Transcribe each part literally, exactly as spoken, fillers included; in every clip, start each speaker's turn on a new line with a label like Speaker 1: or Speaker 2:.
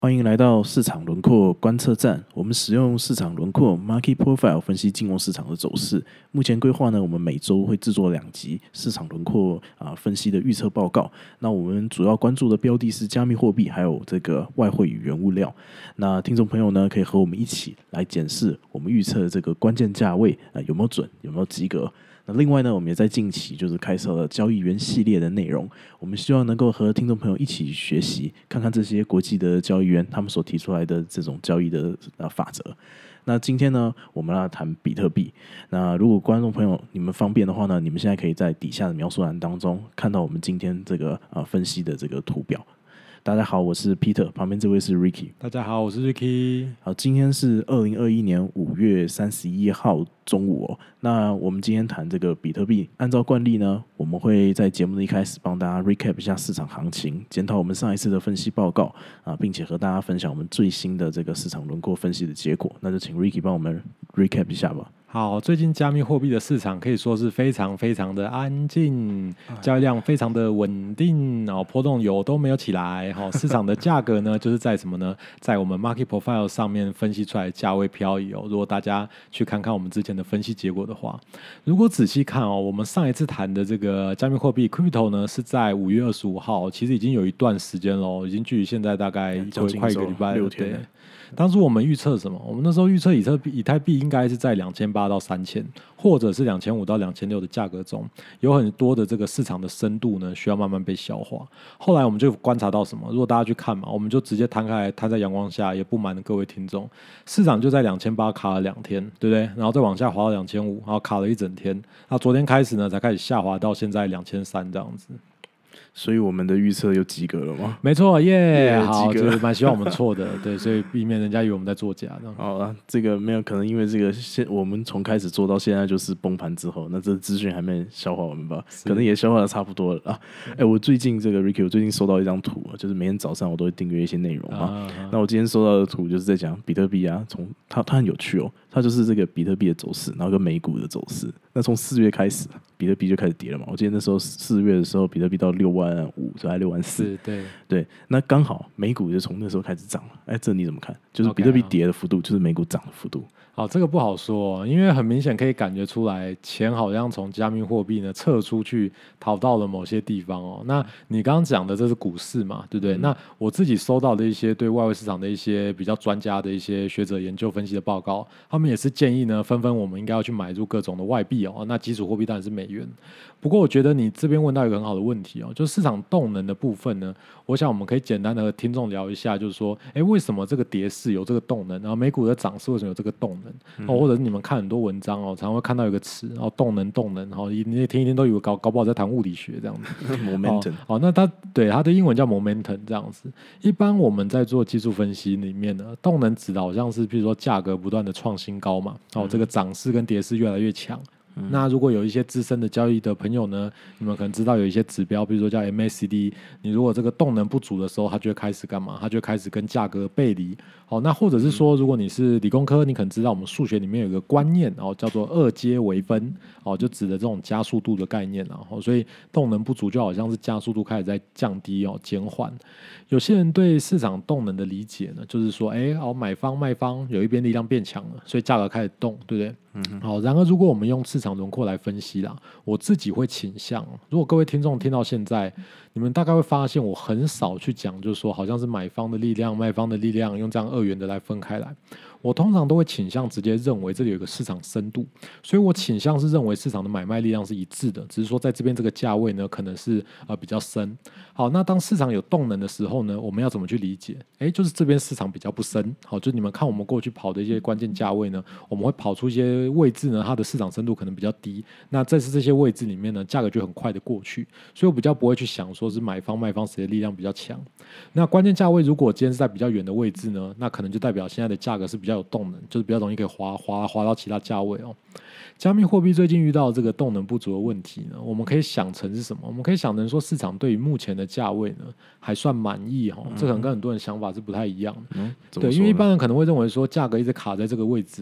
Speaker 1: 欢迎来到市场轮廓观测站。我们使用市场轮廓 Market Profile 分析金融市场的走势。目前规划呢，我们每周会制作两集市场轮廓啊分析的预测报告。那我们主要关注的标的是加密货币，还有这个外汇与原物料。那听众朋友呢，可以和我们一起来检视我们预测的这个关键价位啊有没有准，有没有及格。那另外呢，我们也在近期就是开设了交易员系列的内容，我们希望能够和听众朋友一起学习，看看这些国际的交易员他们所提出来的这种交易的呃法则。那今天呢，我们要谈比特币。那如果观众朋友你们方便的话呢，你们现在可以在底下的描述栏当中看到我们今天这个呃分析的这个图表。大家好，我是 Peter， 旁边这位是 Ricky。
Speaker 2: 大家好，我是 Ricky。
Speaker 1: 好，今天是二零二一年五月三十一号中午哦。那我们今天谈这个比特币，按照惯例呢，我们会在节目的一开始帮大家 recap 一下市场行情，检讨我们上一次的分析报告啊，并且和大家分享我们最新的这个市场轮廓分析的结果。那就请 Ricky 帮我们 recap 一下吧。
Speaker 2: 好，最近加密货币的市场可以说是非常非常的安静，交易量非常的稳定，然后波动有都没有起来。好，市场的价格呢，就是在什么呢？在我们 Market Profile 上面分析出来的价位漂移哦。如果大家去看看我们之前的分析结果的话，如果仔细看哦，我们上一次谈的这个加密货币 Crypto 呢，是在五月二十五号，其实已经有一段时间喽，已经距离现在大概快一个礼拜了，
Speaker 1: 六天了。
Speaker 2: 当初我们预测什么？我们那时候预测以特币、以太币应该是在两千八到三千，或者是两千五到两千六的价格中，有很多的这个市场的深度呢，需要慢慢被消化。后来我们就观察到什么？如果大家去看嘛，我们就直接摊开来，摊在阳光下，也不瞒各位听众，市场就在两千八卡了两天，对不对？然后再往下滑到两千五，然后卡了一整天。那昨天开始呢，才开始下滑到现在两千三这样子。
Speaker 1: 所以我们的预测又及格了吗？
Speaker 2: 没错，耶、
Speaker 1: yeah,
Speaker 2: 好，就是蛮希望我们错的，对，所以避免人家以为我们在作假。
Speaker 1: 好了，这个没有可能，因为这个现我们从开始做到现在就是崩盘之后，那这资讯还没消化完吧？可能也消化的差不多了啊。哎、欸，我最近这个 Ricky， 我最近收到一张图，就是每天早上我都会订阅一些内容嘛。啊啊那我今天收到的图就是在讲比特币啊，从它它很有趣哦，它就是这个比特币的走势，然后跟美股的走势。那从四月开始，比特币就开始跌了嘛。我记得那时候四月的时候，比特币到六万五，还六万四。
Speaker 2: 对
Speaker 1: 对，那刚好美股就从那时候开始涨了。哎，这你怎么看？就是比特币跌的幅度，就是美股涨的幅度。
Speaker 2: 好，这个不好说，因为很明显可以感觉出来，钱好像从加密货币呢撤出去，逃到了某些地方哦。那你刚刚讲的这是股市嘛，对不对？嗯、那我自己收到的一些对外汇市场的一些比较专家的一些学者研究分析的报告，他们也是建议呢，纷纷我们应该要去买入各种的外币哦。那基础货币当然是美元。不过我觉得你这边问到一个很好的问题哦，就市场动能的部分呢，我想我们可以简单的和听众聊一下，就是说，哎，为什么这个跌势有这个动能，然后美股的涨势为什么有这个动能？哦，或者是你们看很多文章哦，常常会看到有个词，然后动能动能，然后你一天一天都以为搞搞不好在谈物理学这样子。
Speaker 1: momentum，
Speaker 2: 哦，那它对它的英文叫 momentum 这样子。一般我们在做技术分析里面呢，动能指的好像是，比如说价格不断的创新高嘛，哦，这个涨势跟跌势越来越强。那如果有一些资深的交易的朋友呢，你们可能知道有一些指标，比如说叫 M A C D， 你如果这个动能不足的时候，它就会开始干嘛？它就会开始跟价格背离。好，那或者是说，如果你是理工科，你可能知道我们数学里面有一个观念，哦，叫做二阶微分，哦，就指的这种加速度的概念啊。哦，所以动能不足就好像是加速度开始在降低哦，减缓。有些人对市场动能的理解呢，就是说，哎，哦，买方卖方有一边力量变强了，所以价格开始动，对不对？嗯，好。然而，如果我们用市场轮廓来分析啦，我自己会倾向，如果各位听众听到现在，你们大概会发现，我很少去讲，就是说，好像是买方的力量、卖方的力量，用这样二元的来分开来。我通常都会倾向直接认为这里有一个市场深度，所以我倾向是认为市场的买卖力量是一致的，只是说在这边这个价位呢，可能是呃比较深。好，那当市场有动能的时候呢，我们要怎么去理解？哎，就是这边市场比较不深。好，就你们看我们过去跑的一些关键价位呢，我们会跑出一些位置呢，它的市场深度可能比较低。那这是这些位置里面呢，价格就很快的过去，所以我比较不会去想说是买方卖方谁的力量比较强。那关键价位如果今天是在比较远的位置呢，那可能就代表现在的价格是比较有动能，就是比较容易可以滑滑滑到其他价位哦。加密货币最近遇到这个动能不足的问题呢，我们可以想成是什么？我们可以想成说市场对于目前的价位呢还算满意哦，这可能跟很多人想法是不太一样的。嗯、对，因为一般人可能会认为说价格一直卡在这个位置嘛。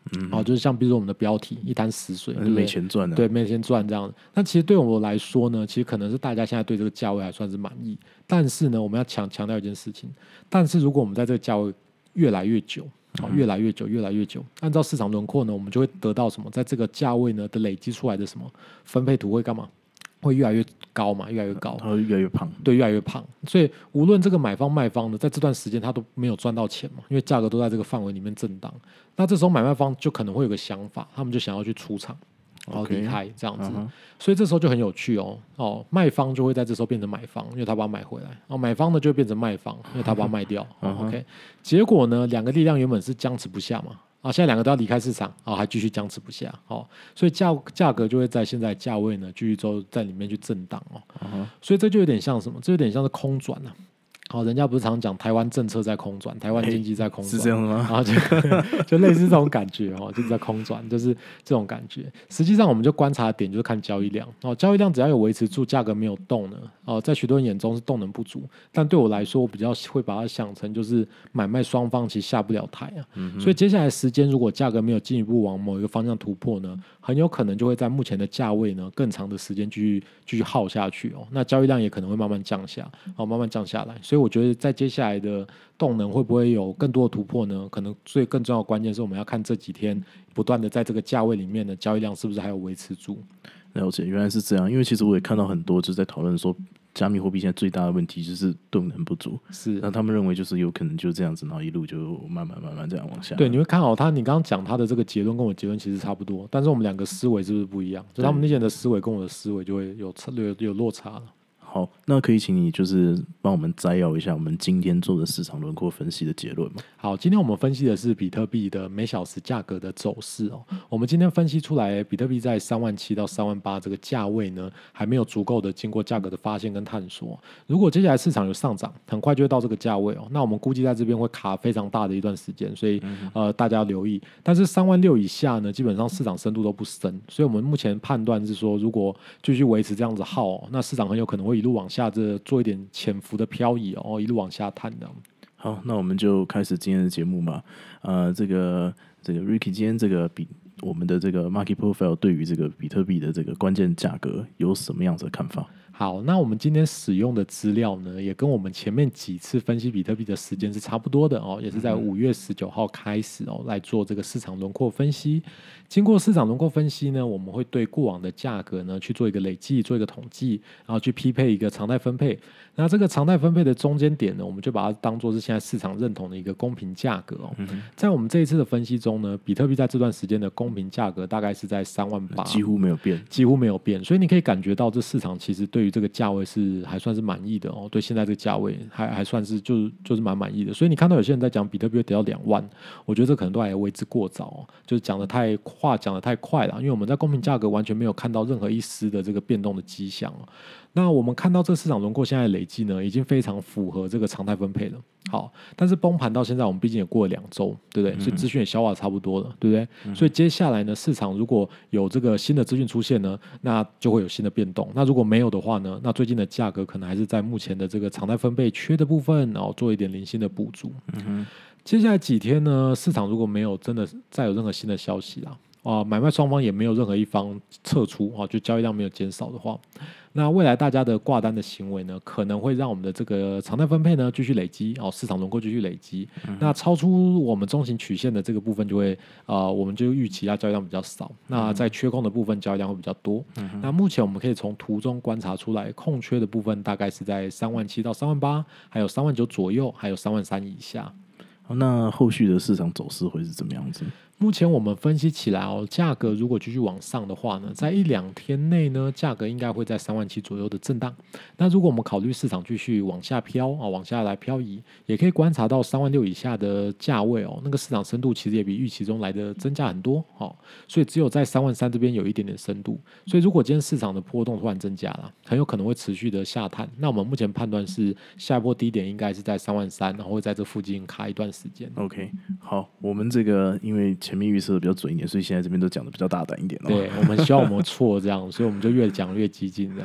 Speaker 2: 嗯，哦，就是像比如说我们的标题一滩死水，
Speaker 1: 没钱赚的，
Speaker 2: 对，没钱赚这样。那其实对我来说呢，其实可能是大家现在对这个价位还算是满意，但是呢，我们要强强调一件事情，但是如果我们在这个价位越来越久。哦，越来越久，越来越久。按照市场轮廓呢，我们就会得到什么？在这个价位呢的累积出来的什么分配图会干嘛？会越来越高嘛，越来越高，
Speaker 1: 它会越来越胖，
Speaker 2: 对，越来越胖。所以无论这个买方卖方呢，在这段时间他都没有赚到钱嘛，因为价格都在这个范围里面震荡。那这时候买卖方就可能会有个想法，他们就想要去出场。然后离开这样子， okay, uh-huh. 所以这时候就很有趣哦。哦，卖方就会在这时候变成买方，因为他把它买回来；哦，买方呢就会变成卖方，因为他把它卖掉。uh-huh. 哦、OK， 结果呢，两个力量原本是僵持不下嘛，啊，现在两个都要离开市场，啊，还继续僵持不下。哦，所以价价格就会在现在价位呢继续都在里面去震荡哦。Uh-huh. 所以这就有点像什么？这有点像是空转啊。好、哦，人家不是常讲台湾政策在空转，台湾经济在空转，
Speaker 1: 是这样吗？
Speaker 2: 然后就就类似这种感觉哦，就是在空转，就是这种感觉。实际上，我们就观察的点就是看交易量哦，交易量只要有维持住，价格没有动呢，哦，在许多人眼中是动能不足，但对我来说，我比较会把它想成就是买卖双方其实下不了台啊，嗯、所以接下来时间如果价格没有进一步往某一个方向突破呢，很有可能就会在目前的价位呢更长的时间继续继续耗下去哦，那交易量也可能会慢慢降下，哦，慢慢降下来，所以我觉得在接下来的动能会不会有更多的突破呢？可能最更重要的关键是我们要看这几天不断的在这个价位里面的交易量是不是还有维持住。
Speaker 1: 了解，原来是这样。因为其实我也看到很多就是在讨论说，加密货币现在最大的问题就是动能不足。
Speaker 2: 是，
Speaker 1: 那他们认为就是有可能就这样子，然后一路就慢慢慢慢这样往下。
Speaker 2: 对，你会看好他，你刚刚讲他的这个结论跟我结论其实差不多，但是我们两个思维是不是不一样？就他们那些人的思维跟我的思维就会有有有落差了。
Speaker 1: 好，那可以请你就是帮我们摘要一下我们今天做的市场轮廓分析的结论吗？
Speaker 2: 好，今天我们分析的是比特币的每小时价格的走势哦。我们今天分析出来，比特币在三万七到三万八这个价位呢，还没有足够的经过价格的发现跟探索。如果接下来市场有上涨，很快就会到这个价位哦。那我们估计在这边会卡非常大的一段时间，所以、嗯、呃大家要留意。但是三万六以下呢，基本上市场深度都不深，所以我们目前判断是说，如果继续维持这样子耗、哦，那市场很有可能会一路往下这做一点潜伏的漂移哦，一路往下探的。
Speaker 1: 好，那我们就开始今天的节目嘛。呃，这个这个 Ricky 今天这个比我们的这个 Market Profile 对于这个比特币的这个关键价格有什么样子的看法？
Speaker 2: 好，那我们今天使用的资料呢，也跟我们前面几次分析比特币的时间是差不多的哦，也是在五月十九号开始哦来做这个市场轮廓分析。经过市场轮廓分析呢，我们会对过往的价格呢去做一个累计，做一个统计，然后去匹配一个常态分配。那这个常态分配的中间点呢，我们就把它当作是现在市场认同的一个公平价格哦。嗯、在我们这一次的分析中呢，比特币在这段时间的公平价格大概是在三万八，
Speaker 1: 几乎没有变，
Speaker 2: 几乎没有变。所以你可以感觉到这市场其实对于这个价位是还算是满意的哦，对现在这个价位还还算是就就是蛮满意的。所以你看到有些人在讲比特币会跌到两万，我觉得这可能都还为之过早哦，就是讲的太话讲的太快了，因为我们在公平价格完全没有看到任何一丝的这个变动的迹象哦。那我们看到这个市场轮廓现在的累计呢，已经非常符合这个常态分配了。好，但是崩盘到现在，我们毕竟也过了两周，对不对？所以资讯也消化差不多了，对不对？嗯、所以接下来呢，市场如果有这个新的资讯出现呢，那就会有新的变动。那如果没有的话呢，那最近的价格可能还是在目前的这个常态分配缺的部分，然后做一点零星的补足。嗯哼，接下来几天呢，市场如果没有真的再有任何新的消息啦。啊，买卖双方也没有任何一方撤出啊，就交易量没有减少的话，那未来大家的挂单的行为呢，可能会让我们的这个常态分配呢继续累积，哦，市场轮廓继续累积。嗯、那超出我们中型曲线的这个部分，就会呃，我们就预期它交易量比较少。那在缺空的部分，交易量会比较多。嗯、那目前我们可以从图中观察出来，空缺的部分大概是在三万七到三万八，还有三万九左右，还有三万三以下。
Speaker 1: 那后续的市场走势会是怎么样子？
Speaker 2: 目前我们分析起来哦，价格如果继续往上的话呢，在一两天内呢，价格应该会在三万七左右的震荡。那如果我们考虑市场继续往下飘啊，往下来漂移，也可以观察到三万六以下的价位哦，那个市场深度其实也比预期中来的增加很多哦，所以只有在三万三这边有一点点深度。所以如果今天市场的波动突然增加了，很有可能会持续的下探。那我们目前判断是下一波低点应该是在三万三，然后会在这附近卡一段时间。
Speaker 1: OK， 好，我们这个因为前面预测的比较准一点，所以现在这边都讲的比较大胆一点哦。
Speaker 2: 对，我们希望我们错这样，所以我们就越讲越激进这样。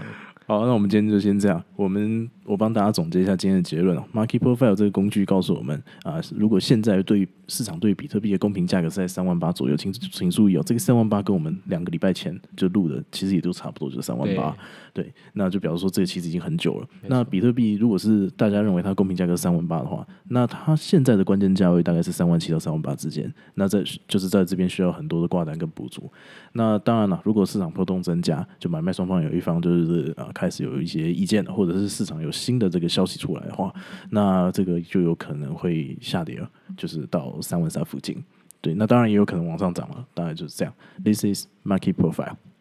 Speaker 1: 好，那我们今天就先这样。我们我帮大家总结一下今天的结论哦。Market Profile 这个工具告诉我们啊，如果现在对市场对比特币的公平价格是在三万八左右，请请注意哦，这个三万八跟我们两个礼拜前就录的，其实也都差不多，就是三万八。对，那就表示说这个其实已经很久了。那比特币如果是大家认为它公平价格是三万八的话，那它现在的关键价位大概是三万七到三万八之间。那在就是在这边需要很多的挂单跟补足。那当然了，如果市场波动增加，就买卖双方有一方就是啊开始有一些意见，或者是市场有新的这个消息出来的话，那这个就有可能会下跌了，就是到三万三附近。对，那当然也有可能往上涨了，大概就是这样。This is Market Profile。